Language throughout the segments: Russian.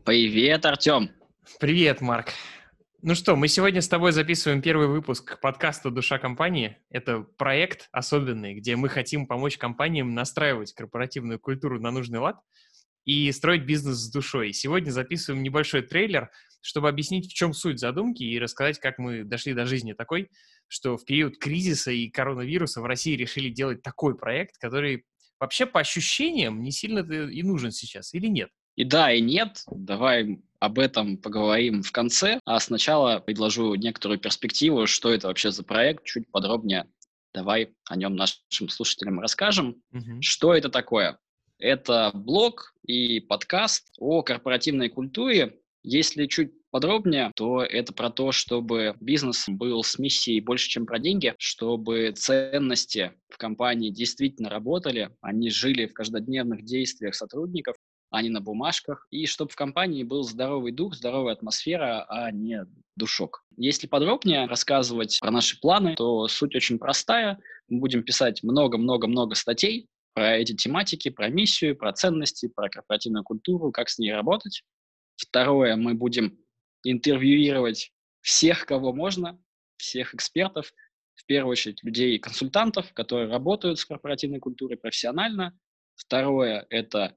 Привет, Артем. Привет, Марк. Ну что, мы сегодня с тобой записываем первый выпуск подкаста «Душа компании». Это проект особенный, где мы хотим помочь компаниям настраивать корпоративную культуру на нужный лад и строить бизнес с душой. Сегодня записываем небольшой трейлер, чтобы объяснить, в чем суть задумки и рассказать, как мы дошли до жизни такой, что в период кризиса и коронавируса в России решили делать такой проект, который вообще по ощущениям не сильно и нужен сейчас, или нет? И да, и нет. Давай об этом поговорим в конце. А сначала предложу некоторую перспективу, что это вообще за проект, чуть подробнее. Давай о нем нашим слушателям расскажем. Мгм. Что это такое? Это блог и подкаст о корпоративной культуре. Если чуть подробнее, то это про то, чтобы бизнес был с миссией больше, чем про деньги, чтобы ценности в компании действительно работали, они жили в каждодневных действиях сотрудников, а не на бумажках, и чтобы в компании был здоровый дух, здоровая атмосфера, а не душок. Если подробнее рассказывать про наши планы, то суть очень простая. Мы будем писать много-много-много статей про эти тематики, про миссию, про ценности, про корпоративную культуру, как с ней работать. Второе, мы будем интервьюировать всех, кого можно, всех экспертов, в первую очередь людей-консультантов, которые работают с корпоративной культурой профессионально. Второе – это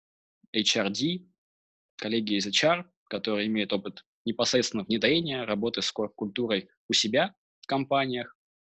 HRD, коллеги из HR, которые имеют опыт непосредственно внедрения, работы с культурой у себя в компаниях.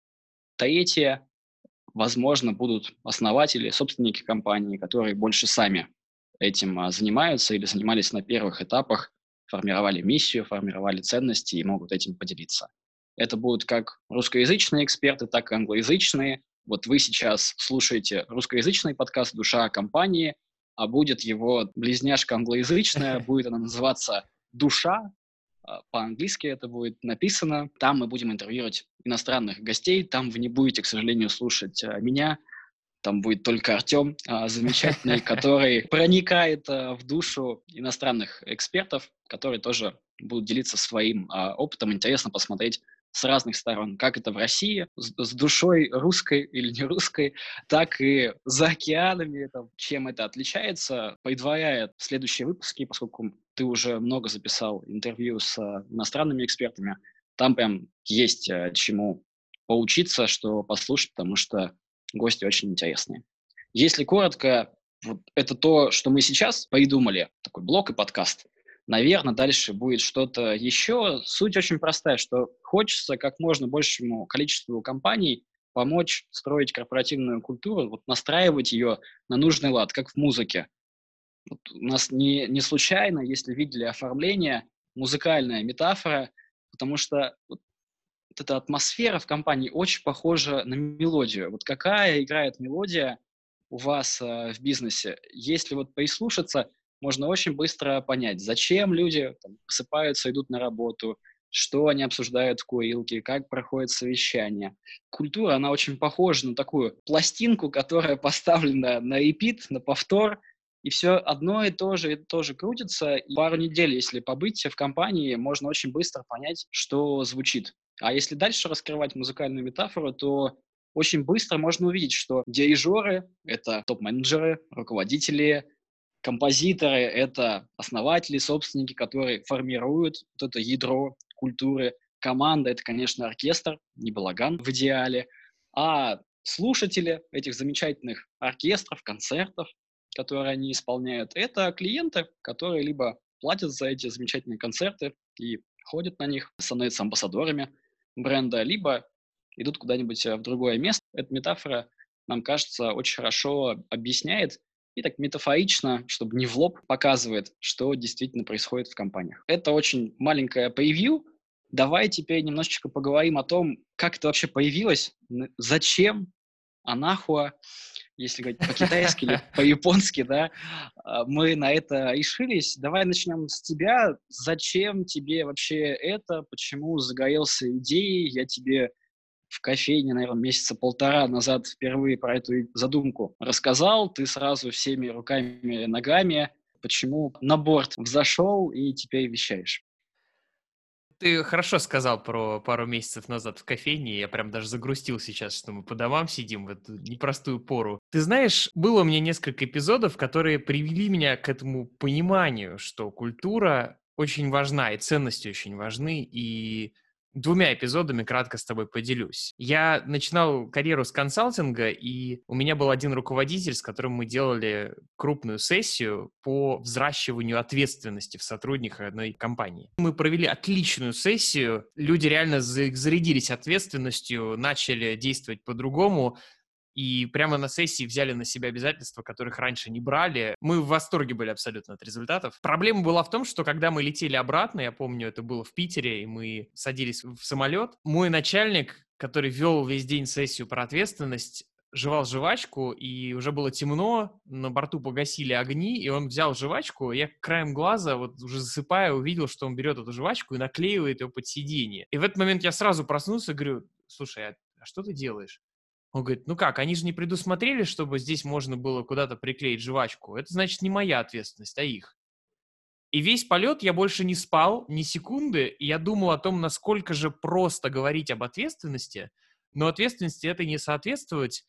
Третье, возможно, будут основатели, собственники компании, которые больше сами этим занимаются или занимались на первых этапах, формировали миссию, формировали ценности и могут этим поделиться. Это будут как русскоязычные эксперты, так и англоязычные. Вот вы сейчас слушаете русскоязычный подкаст «Душа компании», а будет его близняшка англоязычная, будет она называться «Душа», по-английски это будет написано. Там мы будем интервьюировать иностранных гостей, там вы не будете, к сожалению, слушать меня, там будет только Артем, замечательный, который проникает в душу иностранных экспертов, которые тоже будут делиться своим опытом. Интересно посмотреть с разных сторон, как это в России, с душой русской или не русской, так и за океанами, чем это отличается, предваряя следующие выпуски, поскольку ты уже много записал интервью с иностранными экспертами, там прям есть чему поучиться, что послушать, потому что гости очень интересные. Если коротко, вот это то, что мы сейчас придумали, такой блог и подкаст. Наверное, дальше будет что-то еще. Суть очень простая, что хочется как можно большему количеству компаний помочь строить корпоративную культуру, вот настраивать ее на нужный лад, как в музыке. Вот у нас не случайно, если видели оформление, музыкальная метафора, потому что вот эта атмосфера в компании очень похожа на мелодию. Вот какая играет мелодия у вас в бизнесе? Если вот прислушаться, можно очень быстро понять, зачем люди просыпаются, идут на работу, что они обсуждают в курилке, как проходит совещание. Культура, она очень похожа на такую пластинку, которая поставлена на репит, на повтор, и все одно и то же крутится. И пару недель, если побыть в компании, можно очень быстро понять, что звучит. А если дальше раскрывать музыкальную метафору, то очень быстро можно увидеть, что дирижеры – это топ-менеджеры, руководители, композиторы – это основатели, собственники, которые формируют вот это ядро культуры. Команда – это, конечно, оркестр, не балаган в идеале. А слушатели этих замечательных оркестров, концертов, которые они исполняют, это клиенты, которые либо платят за эти замечательные концерты и ходят на них, становятся амбассадорами бренда, либо идут куда-нибудь в другое место. Эта метафора, нам кажется, очень хорошо объясняет и так метафорично, чтобы не в лоб, показывает, что действительно происходит в компаниях. Это очень маленькое превью. Давай теперь немножечко поговорим о том, как это вообще появилось, зачем, нахуя, если говорить по-китайски или по-японски, да, мы на это решились. Давай начнем с тебя. Зачем тебе вообще это? Почему загорелся идеей? Я тебе в кофейне, наверное, месяца полтора назад впервые про эту задумку рассказал. Ты сразу всеми руками и ногами. Почему на борт взошел и теперь вещаешь? Ты хорошо сказал про пару месяцев назад в кофейне. Я прям даже загрустил сейчас, что мы по домам сидим в эту непростую пору. Ты знаешь, было у меня несколько эпизодов, которые привели меня к этому пониманию, что культура очень важна и ценности очень важны. И двумя эпизодами кратко с тобой поделюсь. Я начинал карьеру с консалтинга, и у меня был один руководитель, с которым мы делали крупную сессию по взращиванию ответственности в сотрудниках одной компании. Мы провели отличную сессию, люди реально зарядились ответственностью, начали действовать по-другому, и прямо на сессии взяли на себя обязательства, которых раньше не брали. Мы в восторге были абсолютно от результатов. Проблема была в том, что когда мы летели обратно, я помню, это было в Питере, и мы садились в самолет, мой начальник, который вел весь день сессию про ответственность, жевал жвачку, и уже было темно, на борту погасили огни, и он взял жвачку, и я краем глаза, вот уже засыпая, увидел, что он берет эту жвачку и наклеивает ее под сиденье. И в этот момент я сразу проснулся и говорю: слушай, а что ты делаешь? Он говорит: ну как, они же не предусмотрели, чтобы здесь можно было куда-то приклеить жвачку. Это значит не моя ответственность, а их. И весь полет я больше не спал ни секунды, и я думал о том, насколько же просто говорить об ответственности, но ответственности этой не соответствовать.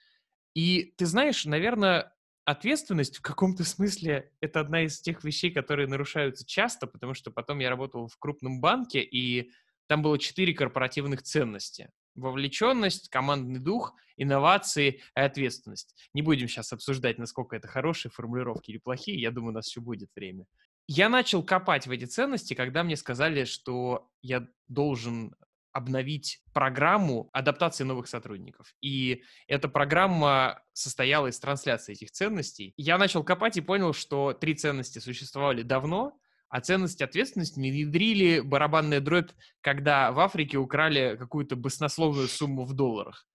И ты знаешь, наверное, ответственность в каком-то смысле это одна из тех вещей, которые нарушаются часто, потому что потом я работал в крупном банке, и там было 4 корпоративных ценности: вовлеченность, командный дух, инновации и ответственность. Не будем сейчас обсуждать, насколько это хорошие формулировки или плохие, я думаю, у нас еще будет время. Я начал копать в эти ценности, когда мне сказали, что я должен обновить программу адаптации новых сотрудников. И эта программа состояла из трансляции этих ценностей. Я начал копать и понял, что 3 ценности существовали давно, а ценность ответственности внедрили барабанная дробь, когда в Африке украли какую-то баснословную сумму в долларах.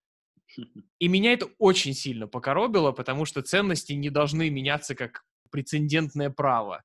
И меня это очень сильно покоробило, потому что ценности не должны меняться как прецедентное право.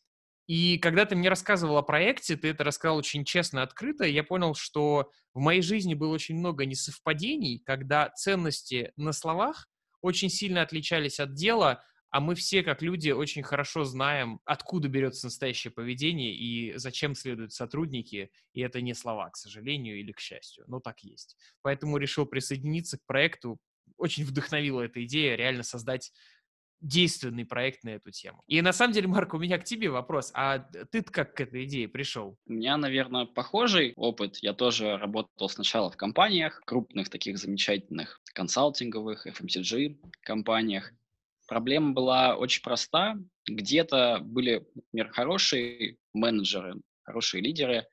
И когда ты мне рассказывал о проекте, ты это рассказал очень честно и открыто, и я понял, что в моей жизни было очень много несовпадений, когда ценности на словах очень сильно отличались от дела, а мы все, как люди, очень хорошо знаем, откуда берется настоящее поведение и зачем следуют сотрудники, и это не слова, к сожалению или к счастью, но так есть. Поэтому решил присоединиться к проекту. Очень вдохновила эта идея реально создать действенный проект на эту тему. И на самом деле, Марк, у меня к тебе вопрос. А ты как к этой идее пришел? У меня, наверное, похожий опыт. Я тоже работал сначала в компаниях, крупных таких замечательных консалтинговых, FMCG компаниях. Проблема была очень проста. Где-то были, например, хорошие менеджеры, хорошие лидеры,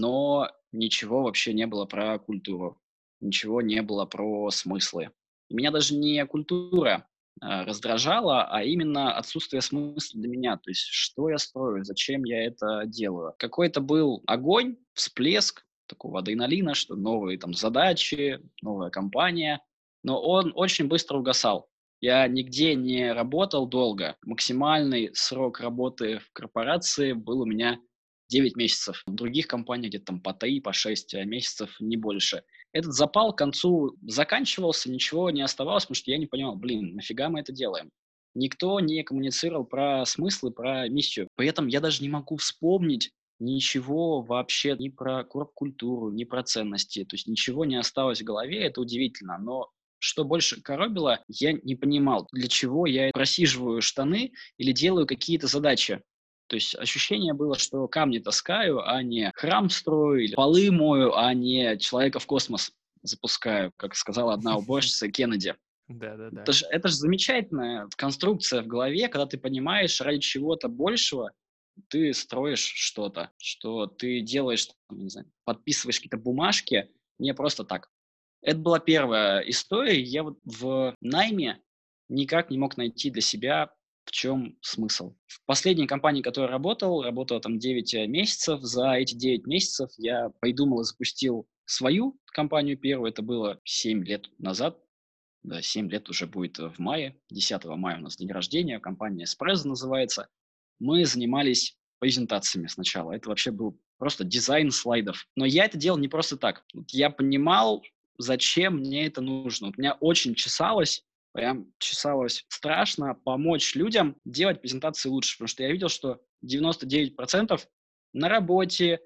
но ничего вообще не было про культуру, ничего не было про смыслы. И меня даже не культура раздражало, а именно отсутствие смысла для меня. То есть, что я строю, зачем я это делаю. Какой-то был огонь, всплеск такого адреналина, что новые там задачи, новая компания, но он очень быстро угасал. Я нигде не работал долго. Максимальный срок работы в корпорации был у меня 9 месяцев. В других компаниях где-то там по 3, по 6 месяцев, не больше. Этот запал к концу заканчивался, ничего не оставалось, потому что я не понимал, блин, нафига мы это делаем? Никто не коммуницировал про смыслы, про миссию. При этом я даже не могу вспомнить ничего вообще ни про корп-культуру, ни про ценности. То есть ничего не осталось в голове, это удивительно. Но что больше коробило, я не понимал, для чего я просиживаю штаны или делаю какие-то задачи. То есть ощущение было, что камни таскаю, а не храм строю, или полы мою, а не человека в космос запускаю, как сказала одна уборщица Кеннеди. Да-да-да. Это ж замечательная конструкция в голове, когда ты понимаешь, ради чего-то большего ты строишь что-то, что ты делаешь, там, не знаю, подписываешь какие-то бумажки не просто так. Это была первая история. Я вот в найме никак не мог найти для себя, в чем смысл. В последней компании, в которой работал там 9 месяцев. За эти 9 месяцев я придумал и запустил свою компанию первую. Это было 7 лет назад. Да, 7 лет уже будет в мае. 10 мая у нас день рождения. Компания Espresso называется. Мы занимались презентациями сначала. Это вообще был просто дизайн слайдов. Но я это делал не просто так. Вот я понимал, зачем мне это нужно. Вот меня очень чесалось, прям чесалось страшно помочь людям делать презентации лучше, потому что я видел, что 99% на работе,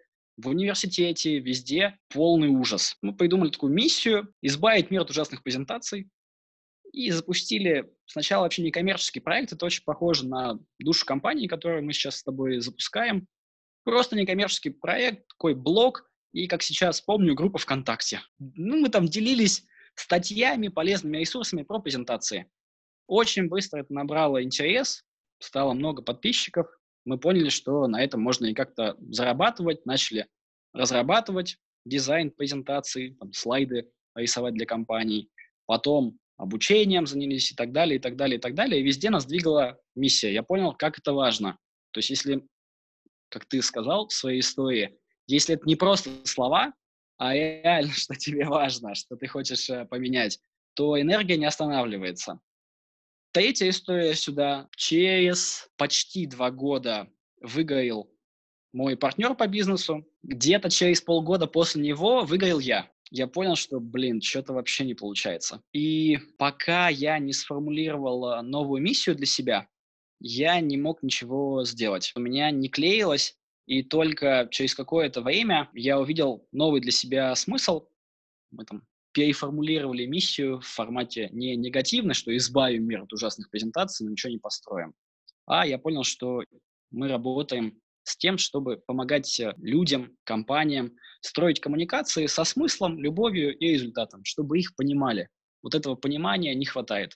в университете, везде полный ужас. Мы придумали такую миссию — избавить мир от ужасных презентаций. И запустили сначала вообще некоммерческий проект. Это очень похоже на душу компании, которую мы сейчас с тобой запускаем. Просто некоммерческий проект, такой блог и, как сейчас помню, группа ВКонтакте. Ну, мы там делились статьями, полезными ресурсами про презентации. Очень быстро это набрало интерес, стало много подписчиков. Мы поняли, что на этом можно и как-то зарабатывать, начали разрабатывать дизайн презентаций, там, слайды рисовать для компаний. Потом обучением занялись и так далее, и так далее, и так далее. И везде нас двигала миссия. Я понял, как это важно. То есть если, как ты сказал в своей истории, если это не просто слова, а реально, что тебе важно, что ты хочешь поменять, то энергия не останавливается. Третья история сюда. Через почти 2 года выгорел мой партнер по бизнесу. Где-то через полгода после него выгорел я. Я понял, что, что-то вообще не получается. И пока я не сформулировал новую миссию для себя, я не мог ничего сделать. У меня не клеилось, и только через какое-то время я увидел новый для себя смысл. Мы там переформулировали миссию в формате не негативно, что избавим мир от ужасных презентаций, но ничего не построим. А я понял, что мы работаем с тем, чтобы помогать людям, компаниям строить коммуникации со смыслом, любовью и результатом, чтобы их понимали. Вот этого понимания не хватает.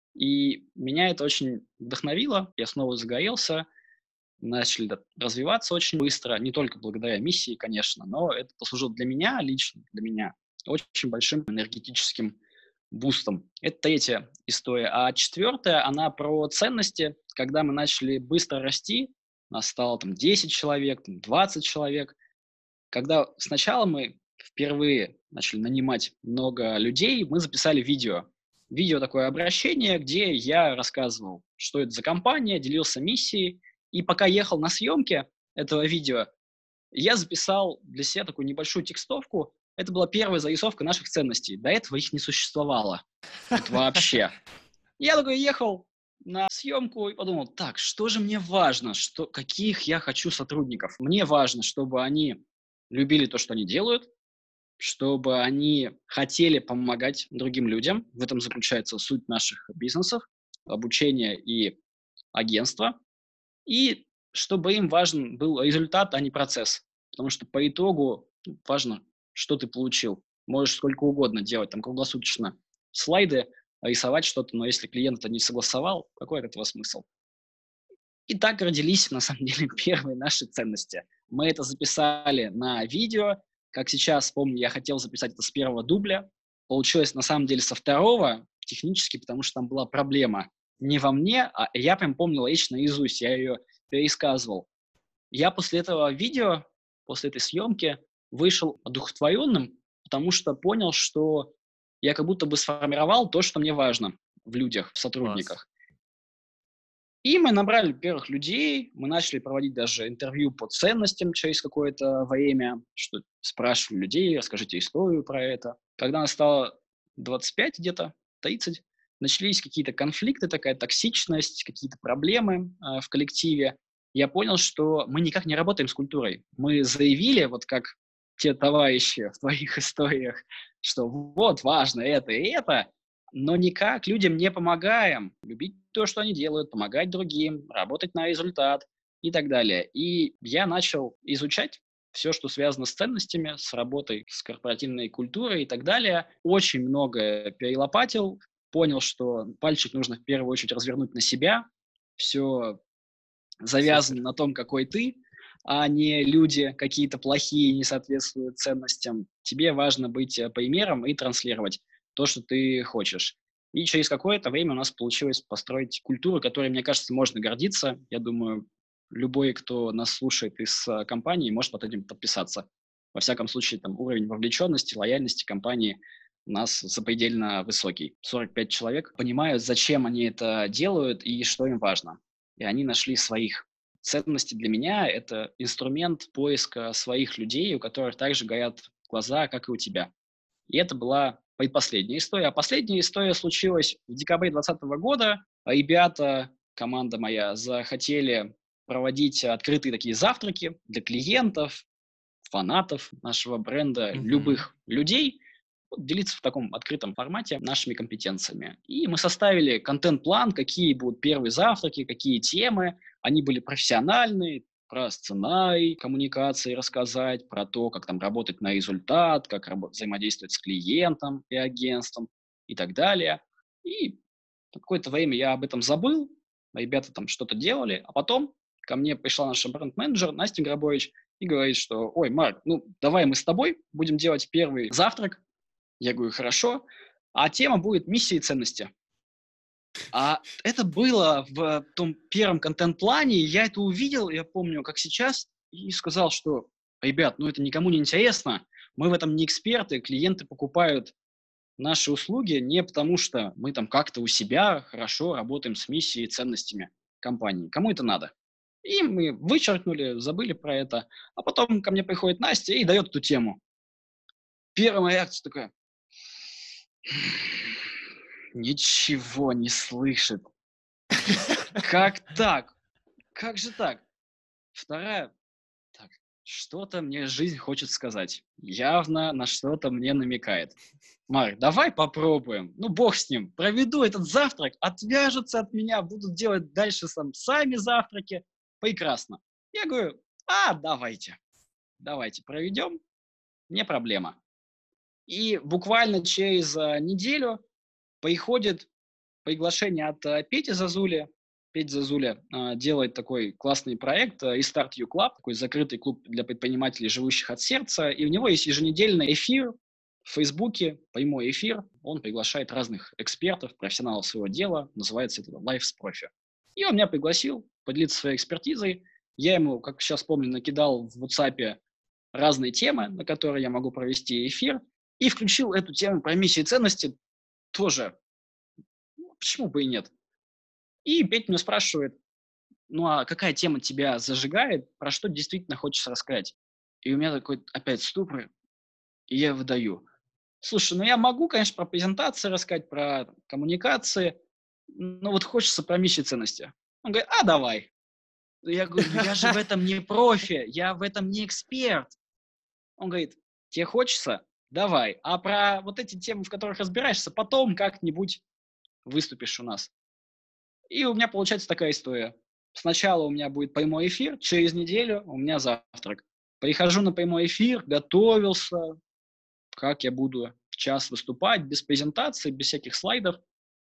И меня это очень вдохновило, я снова загорелся, начали развиваться очень быстро, не только благодаря миссии, конечно, но это послужило для меня, лично для меня, очень большим энергетическим бустом. Это третья история. А четвертая, она про ценности. Когда мы начали быстро расти, нас стало там 10 человек, там 20 человек. Когда сначала мы впервые начали нанимать много людей, мы записали видео. Видео такое обращение, где я рассказывал, что это за компания, делился миссией. И пока ехал на съемке этого видео, я записал для себя такую небольшую текстовку. Это была первая зарисовка наших ценностей. До этого их не существовало. Вот вообще. Я такой ехал на съемку и подумал, так, что же мне важно, каких я хочу сотрудников. Мне важно, чтобы они любили то, что они делают, чтобы они хотели помогать другим людям. В этом заключается суть наших бизнесов, обучения и агентства. И чтобы им важен был результат, а не процесс. Потому что по итогу важно, что ты получил. Можешь сколько угодно делать, там круглосуточно слайды, рисовать что-то, но если клиент это не согласовал, какой от этого смысл? И так родились, на самом деле, первые наши ценности. Мы это записали на видео. Как сейчас помню, я хотел записать это с первого дубля. Получилось, на самом деле, со второго, технически, потому что там была проблема не во мне, а я прям помнил речь наизусть, я ее пересказывал. Я после этого видео, после этой съемки вышел одухотворенным, потому что понял, что я как будто бы сформировал то, что мне важно в людях, в сотрудниках. И мы набрали первых людей, мы начали проводить даже интервью по ценностям через какое-то время, что спрашивали людей, расскажите историю про это. Когда нас стало 25 где-то, 30, начались какие-то конфликты, такая токсичность, какие-то проблемы в коллективе. Я понял, что мы никак не работаем с культурой. Мы заявили, вот как те товарищи в твоих историях, что вот важно это и это, но никак людям не помогаем любить то, что они делают, помогать другим, работать на результат и так далее. И я начал изучать все, что связано с ценностями, с работой, с корпоративной культурой и так далее. Очень многое перелопатил, понял, что пальчик нужно в первую очередь развернуть на себя. Все завязано на том, какой ты, а не люди какие-то плохие, не соответствуют ценностям. Тебе важно быть примером и транслировать то, что ты хочешь. И через какое-то время у нас получилось построить культуру, которой, мне кажется, можно гордиться. Я думаю, любой, кто нас слушает из компании, может под этим подписаться. Во всяком случае, там уровень вовлеченности, лояльности компании у нас запредельно высокий. 45 человек понимают, зачем они это делают и что им важно. И они нашли своих. Ценности для меня – это инструмент поиска своих людей, у которых также горят глаза, как и у тебя. И это была предпоследняя история. А последняя история случилась в декабре 2020 года. Ребята, команда моя, захотели проводить открытые такие завтраки для клиентов, фанатов нашего бренда, Мгм. любых людей, вот, делиться в таком открытом формате нашими компетенциями. И мы составили контент-план, какие будут первые завтраки, какие темы. Они были профессиональные, про сценарий коммуникации рассказать, про то, как там работать на результат, как взаимодействовать с клиентом и агентством и так далее. И какое-то время я об этом забыл, ребята там что-то делали, а потом ко мне пришла наша бренд-менеджер Настя Грабович и говорит, что, ой, Марк, ну давай мы с тобой будем делать первый завтрак. Я говорю, хорошо, а тема будет миссии и ценности. А это было в том первом контент-плане, и я это увидел, я помню, как сейчас, и сказал, что, ребят, ну это никому не интересно, мы в этом не эксперты, клиенты покупают наши услуги не потому, что мы там как-то у себя хорошо работаем с миссией и ценностями компании. Кому это надо? И мы вычеркнули, забыли про это. А потом ко мне приходит Настя и дает эту тему. Первая моя реакция такая: ничего не слышит. Как так? Как же так? Вторая: так, что-то мне жизнь хочет сказать. Явно на что-то мне намекает. Марк, давай попробуем. Ну, бог с ним. Проведу этот завтрак, отвяжутся от меня, будут делать дальше сами завтраки. Прекрасно. Я говорю, давайте проведем, не проблема. И буквально через неделю приходит приглашение от Пети Зазули. Петя Зазуля делает такой классный проект Restart You Club, такой закрытый клуб для предпринимателей, живущих от сердца. И у него есть еженедельный эфир в Фейсбуке, прямой эфир. Он приглашает разных экспертов, профессионалов своего дела. Называется это Life's Profi. И он меня пригласил поделиться своей экспертизой. Я ему, как сейчас помню, накидал в WhatsApp разные темы, на которые я могу провести эфир. И включил эту тему про миссии и ценности тоже. Почему бы и нет? И Петя меня спрашивает, ну а какая тема тебя зажигает, про что действительно хочешь рассказать? И у меня такой опять ступор, и я выдаю. Слушай, ну я могу, конечно, про презентации рассказать, про коммуникации, но вот хочется про миссии и ценности. Он говорит, а давай. Я говорю, ну я же в этом не профи, я в этом не эксперт. Он говорит, тебе хочется? Давай. А про вот эти темы, в которых разбираешься, потом как-нибудь выступишь у нас. И у меня получается такая история. Сначала у меня будет прямой эфир, через неделю у меня завтрак. Прихожу на прямой эфир, готовился, как я буду час выступать, без презентации, без всяких слайдов.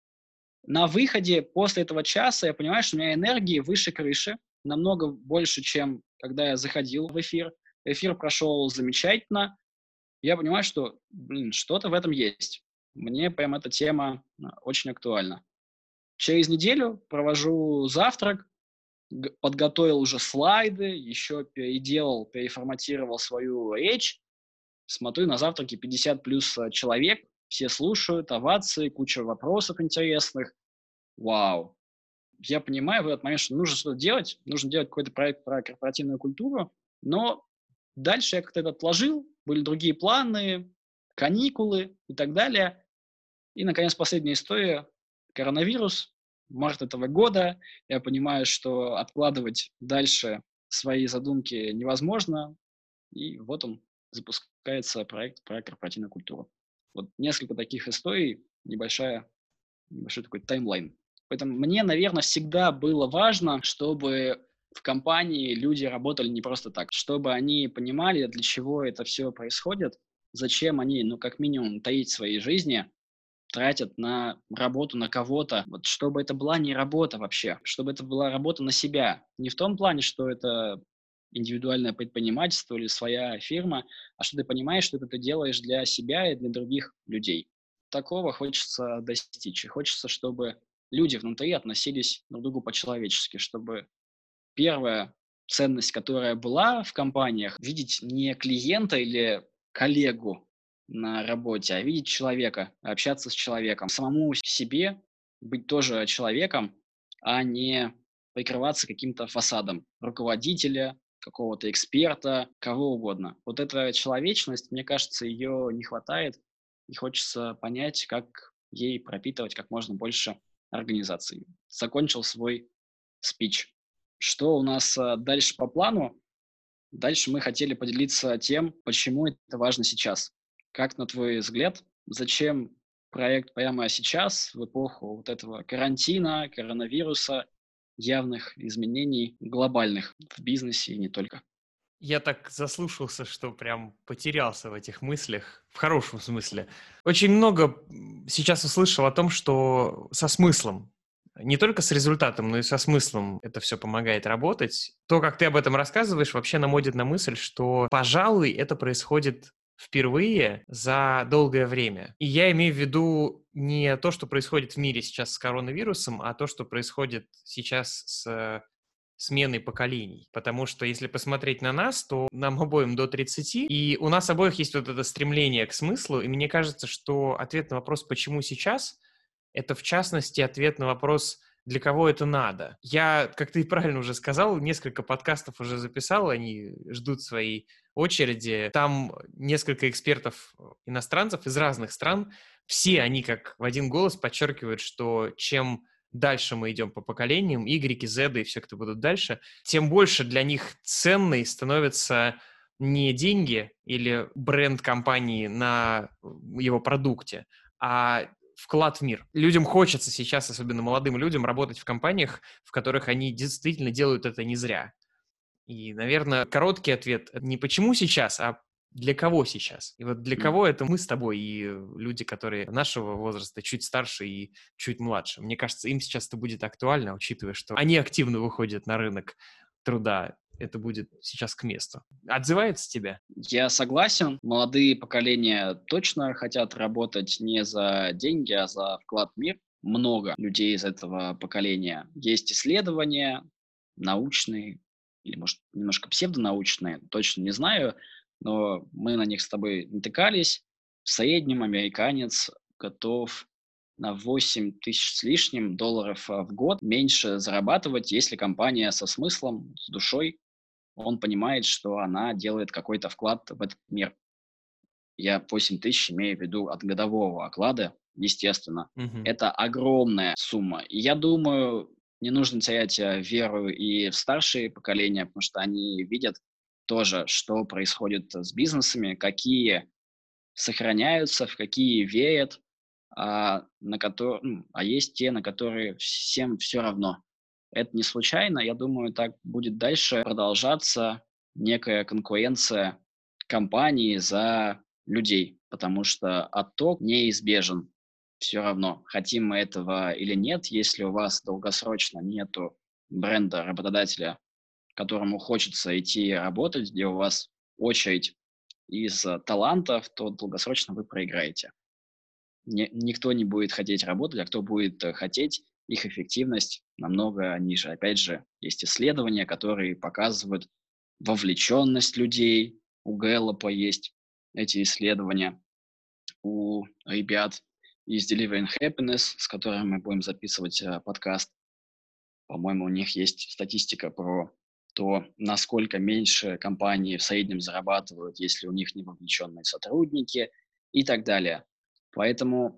На выходе после этого часа я понимаю, что у меня энергии выше крыши, намного больше, чем когда я заходил в эфир. Эфир прошел замечательно. Я понимаю, что, что-то в этом есть. Мне прям эта тема очень актуальна. Через неделю провожу завтрак, подготовил уже слайды, еще переделал, переформатировал свою речь. Смотрю, на завтраке 50 плюс человек, все слушают, овации, куча вопросов интересных. Вау! Я понимаю в этот момент, что нужно что-то делать, нужно делать какой-то проект про корпоративную культуру, но дальше я как-то это отложил, были другие планы, каникулы и так далее. И, наконец, последняя история. Коронавирус. Март этого года. Я понимаю, что откладывать дальше свои задумки невозможно. И вот он, запускается проект про корпоративную культуру. Вот несколько таких историй, небольшой такой таймлайн. Поэтому мне, наверное, всегда было важно, чтобы в компании люди работали не просто так, чтобы они понимали, для чего это все происходит, зачем они, ну, как минимум, таить в своей жизни, тратят на работу на кого-то, вот чтобы это была не работа вообще, чтобы это была работа на себя. Не в том плане, что это индивидуальное предпринимательство или своя фирма, а что ты понимаешь, что это ты делаешь для себя и для других людей. Такого хочется достичь. И хочется, чтобы люди внутри относились друг к другу по-человечески, чтобы первая ценность, которая была в компаниях, видеть не клиента или коллегу на работе, а видеть человека, общаться с человеком, самому себе быть тоже человеком, а не прикрываться каким-то фасадом руководителя, какого-то эксперта, кого угодно. Вот эта человечность, мне кажется, ее не хватает, и хочется понять, как ей пропитывать как можно больше организаций. Закончил свой спич. Что у нас дальше по плану? Дальше мы хотели поделиться тем, почему это важно сейчас. Как, на твой взгляд, зачем проект прямо сейчас, в эпоху вот этого карантина, коронавируса, явных изменений глобальных в бизнесе и не только? Я так заслушался, что прям потерялся в этих мыслях, в хорошем смысле. Очень много сейчас услышал о том, что со смыслом, не только с результатом, но и со смыслом это все помогает работать. То, как ты об этом рассказываешь, вообще наводит на мысль, что, пожалуй, это происходит впервые за долгое время. И я имею в виду не то, что происходит в мире сейчас с коронавирусом, а то, что происходит сейчас с сменой поколений. Потому что если посмотреть на нас, то нам обоим до 30, и у нас обоих есть вот это стремление к смыслу, и мне кажется, что ответ на вопрос «почему сейчас?» это, в частности, ответ на вопрос «для кого это надо?». Я, как ты правильно уже сказал, несколько подкастов уже записал, они ждут своей очереди. Там несколько экспертов иностранцев из разных стран. Все они, как в один голос, подчеркивают, что чем дальше мы идем по поколениям, Y, Z и все, кто будут дальше, тем больше для них ценной становятся не деньги или бренд компании на его продукте, а вклад в мир. Людям хочется сейчас, особенно молодым людям, работать в компаниях, в которых они действительно делают это не зря. И, наверное, короткий ответ не почему сейчас, а для кого сейчас. И вот для М. кого это мы с тобой и люди, которые нашего возраста, чуть старше и чуть младше. Мне кажется, им сейчас это будет актуально, учитывая, что они активно выходят на рынок труда. Это будет сейчас к месту. Отзывается тебя? Я согласен, молодые поколения точно хотят работать не за деньги, а за вклад в мир. Много людей из этого поколения. Есть исследования научные или, может, немножко псевдонаучные, точно не знаю, но мы на них с тобой натыкались. В среднем американец готов на 8 тысяч с лишним долларов в год меньше зарабатывать, если компания со смыслом, с душой, он понимает, что она делает какой-то вклад в этот мир. Я 8 тысяч имею в виду от годового оклада, естественно. Мгм. Это огромная сумма. И я думаю, не нужно терять веру и в старшие поколения, потому что они видят тоже, что происходит с бизнесами, какие сохраняются, в какие верят, а есть те, на которые всем все равно. Это не случайно. Я думаю, так будет дальше продолжаться некая конкуренция компаний за людей, потому что отток неизбежен все равно. Хотим мы этого или нет, если у вас долгосрочно нету бренда работодателя, которому хочется идти работать, где у вас очередь из талантов, то долгосрочно вы проиграете. Никто не будет хотеть работать, а кто будет хотеть, их эффективность намного ниже. Опять же, есть исследования, которые показывают вовлеченность людей. У Гэллопа есть эти исследования. У ребят из Delivering Happiness, с которыми мы будем записывать подкаст, по-моему, у них есть статистика про то, насколько меньше компании в среднем зарабатывают, если у них не вовлеченные сотрудники и так далее. Поэтому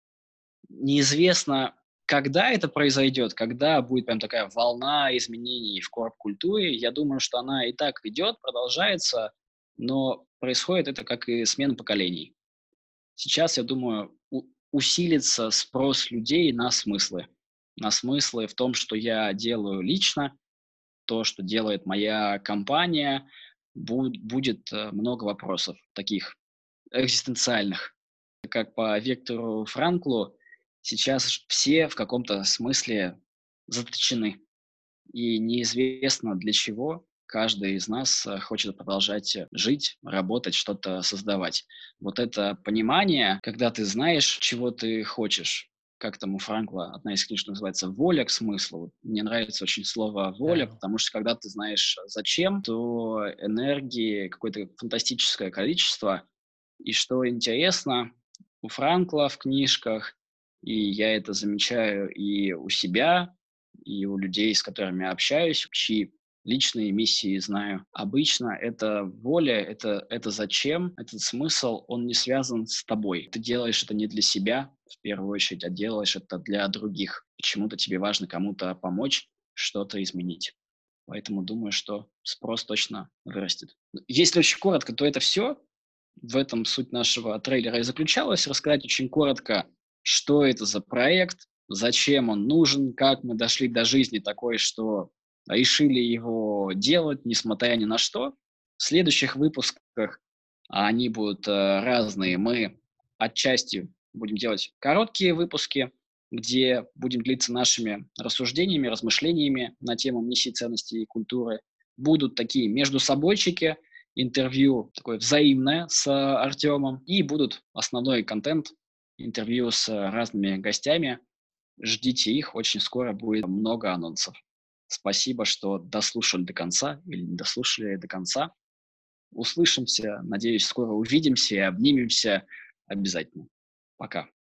неизвестно, когда это произойдет, когда будет прям такая волна изменений в корп-культуре. Я думаю, что она и так идет, продолжается, но происходит это как и смена поколений. Сейчас, я думаю, усилится спрос людей на смыслы. На смыслы в том, что я делаю лично, то, что делает моя компания, будет много вопросов таких экзистенциальных. Как по Виктору Франклу, сейчас все в каком-то смысле заточены. И неизвестно для чего каждый из нас хочет продолжать жить, работать, что-то создавать. Вот это понимание, когда ты знаешь, чего ты хочешь, как там у Франкла одна из книжек называется «Воля к смыслу». Вот мне нравится очень слово «воля», Да. потому что когда ты знаешь зачем, то энергии какое-то фантастическое количество. И что интересно, у Франкла в книжках, и я это замечаю и у себя, и у людей, с которыми общаюсь, чьи личные миссии знаю. Обычно это воля, это зачем, этот смысл, он не связан с тобой. Ты делаешь это не для себя в первую очередь, а делаешь это для других. Почему-то тебе важно кому-то помочь, что-то изменить. Поэтому думаю, что спрос точно вырастет. Если очень коротко, то это все. В этом суть нашего трейлера и заключалась. Рассказать очень коротко, что это за проект, зачем он нужен, как мы дошли до жизни такой, что решили его делать, несмотря ни на что. В следующих выпусках, а они будут разные, мы отчасти будем делать короткие выпуски, где будем делиться нашими рассуждениями, размышлениями на тему миссии, ценностей и культуры. Будут такие между собойчики, интервью такое взаимное с Артемом, и будут основной контент, интервью с разными гостями. Ждите их, очень скоро будет много анонсов. Спасибо, что дослушали до конца или не дослушали до конца. Услышимся, надеюсь, скоро увидимся и обнимемся обязательно. Пока.